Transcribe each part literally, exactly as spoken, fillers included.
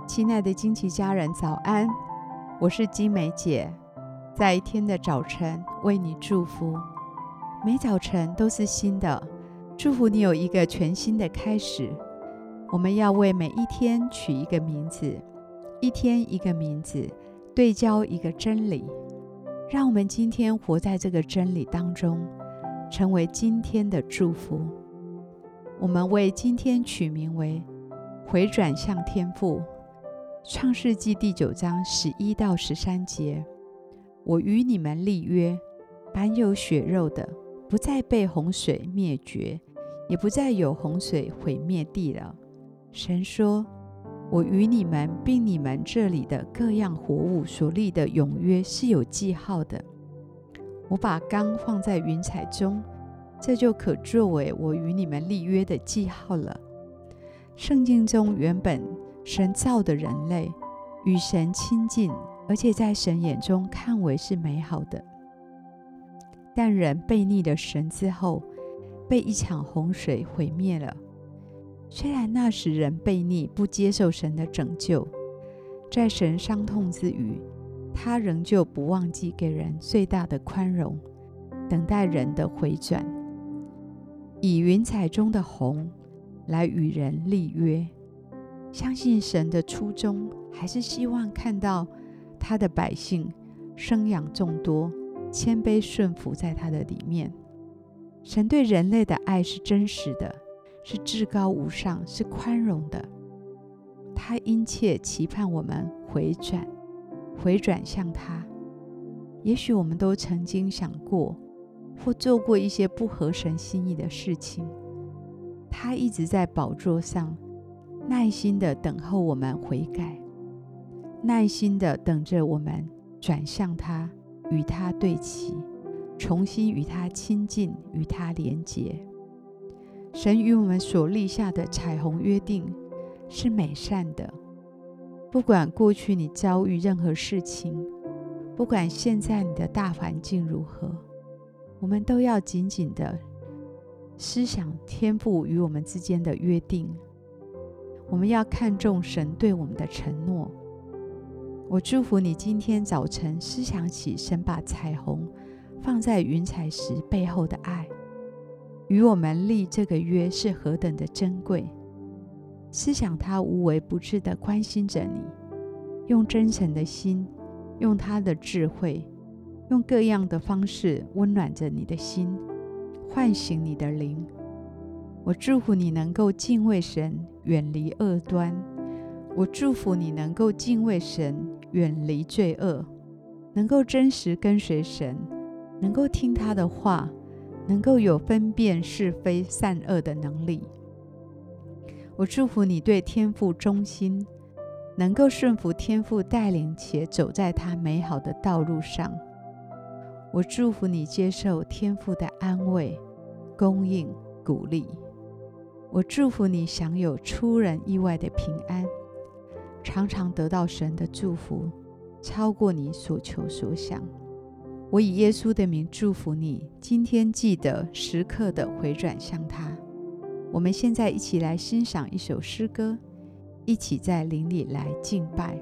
亲爱的金奇家人早安，我是金梅姐，在一天的早晨为你祝福。每早晨都是新的，祝福你有一个全新的开始。我们要为每一天取一个名字，一天一个名字，对焦一个真理，让我们今天活在这个真理当中，成为今天的祝福。我们为今天取名为回转向天父。创世纪第九章十一到十三节，我与你们立约，凡有血肉的，不再被洪水灭绝，也不再有洪水毁灭地了。神说，我与你们并你们这里的各样活物所立的永约是有记号的。我把纲放在云彩中，这就可作为我与你们立约的记号了。圣经中原本神造的人类与神亲近，而且在神眼中看为是美好的。但人背逆了神之后，被一场洪水毁灭了。虽然那时人背逆，不接受神的拯救，在神伤痛之余，他仍旧不忘记给人最大的宽容，等待人的回转，以云彩中的虹来与人立约。相信神的初衷还是希望看到他的百姓生养众多，谦卑顺服在他的里面。神对人类的爱是真实的，是至高无上，是宽容的。他殷切期盼我们回转，回转向他。也许我们都曾经想过或做过一些不合神心意的事情，他一直在宝座上耐心地等候我们悔改，耐心地等着我们转向他，与他对齐，重新与他亲近，与他连结。神与我们所立下的彩虹约定是美善的。不管过去你遭遇任何事情，不管现在你的大环境如何，我们都要紧紧地思想天父与我们之间的约定。我们要看重神对我们的承诺。我祝福你今天早晨思想起神把彩虹放在云彩时背后的爱，与我们立这个约是何等的珍贵。思想他无微不至地关心着你，用真诚的心，用他的智慧，用各样的方式温暖着你的心，唤醒你的灵。我祝福你能够敬畏神，远离恶端。我祝福你能够敬畏神，远离罪恶，能够真实跟随神，能够听他的话，能够有分辨是非善恶的能力。我祝福你对天父忠心，能够顺服天父带领，且走在他美好的道路上。我祝福你接受天父的安慰、供应、鼓励。我祝福你享有出人意外的平安，常常得到神的祝福，超过你所求所想。我以耶稣的名祝福你，今天记得时刻的回转向他。我们现在一起来欣赏一首诗歌，一起在灵里来敬拜。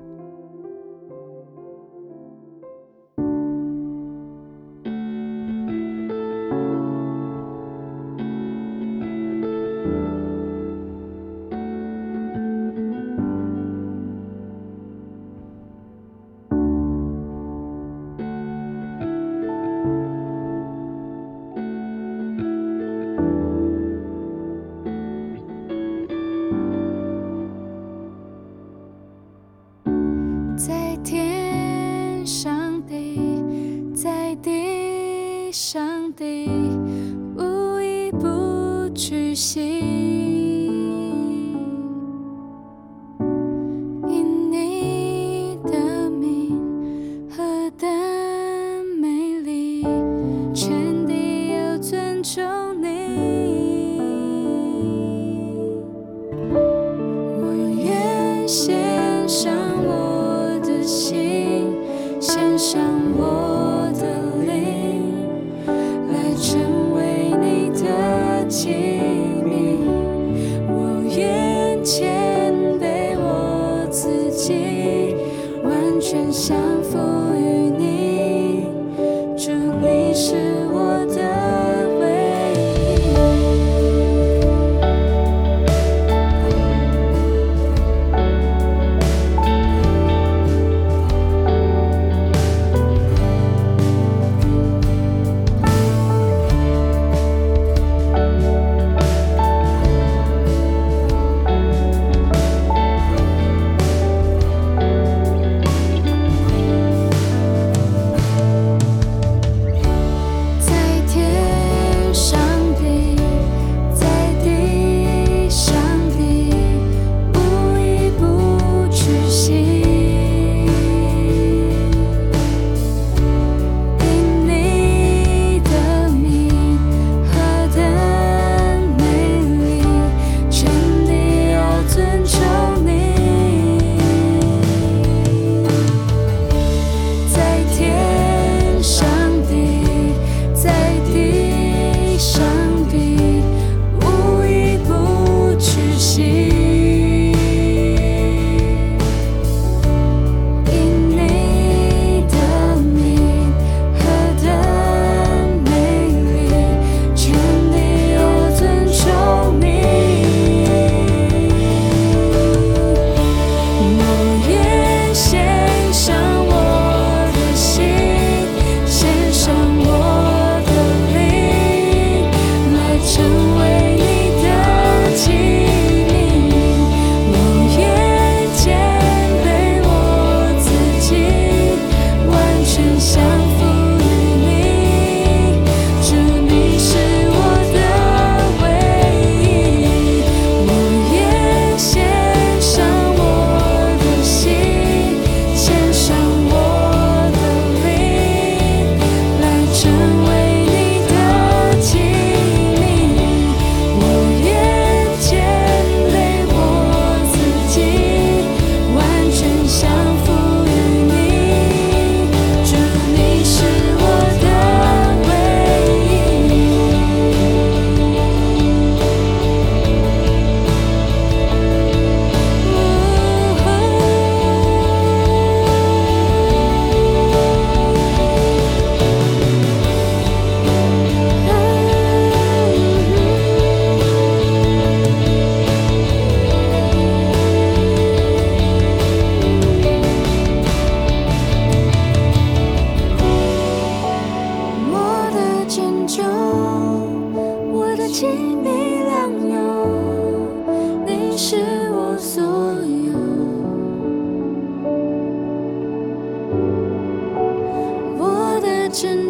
在天上地，在地上地，无一不屈膝。因你的名何等美丽，全地要尊重你。我愿献上我的心，献上我的灵，来成为你的器皿。我愿谦卑我自己。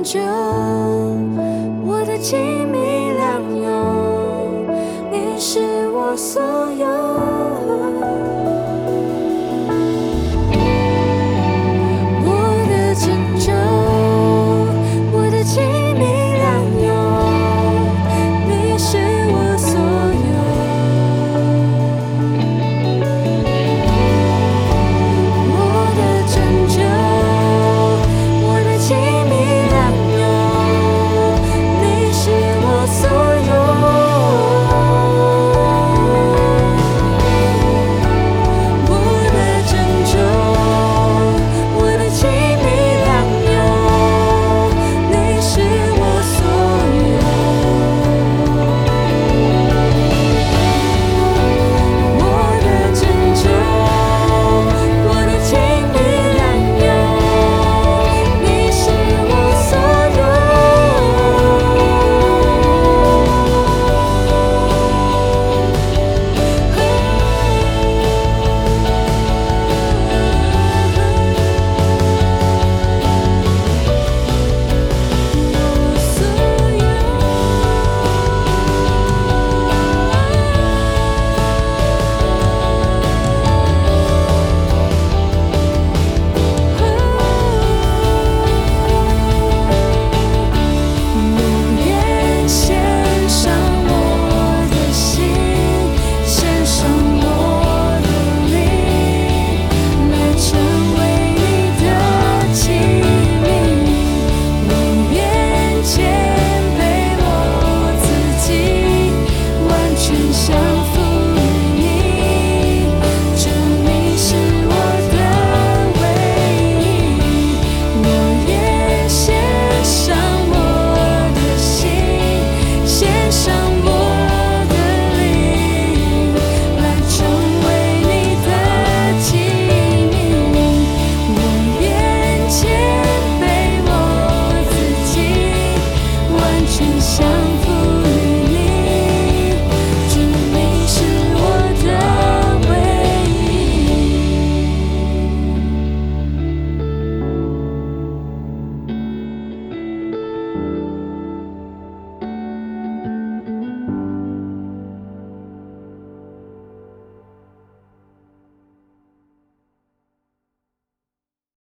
拯救，我的精明良友，你是我所有。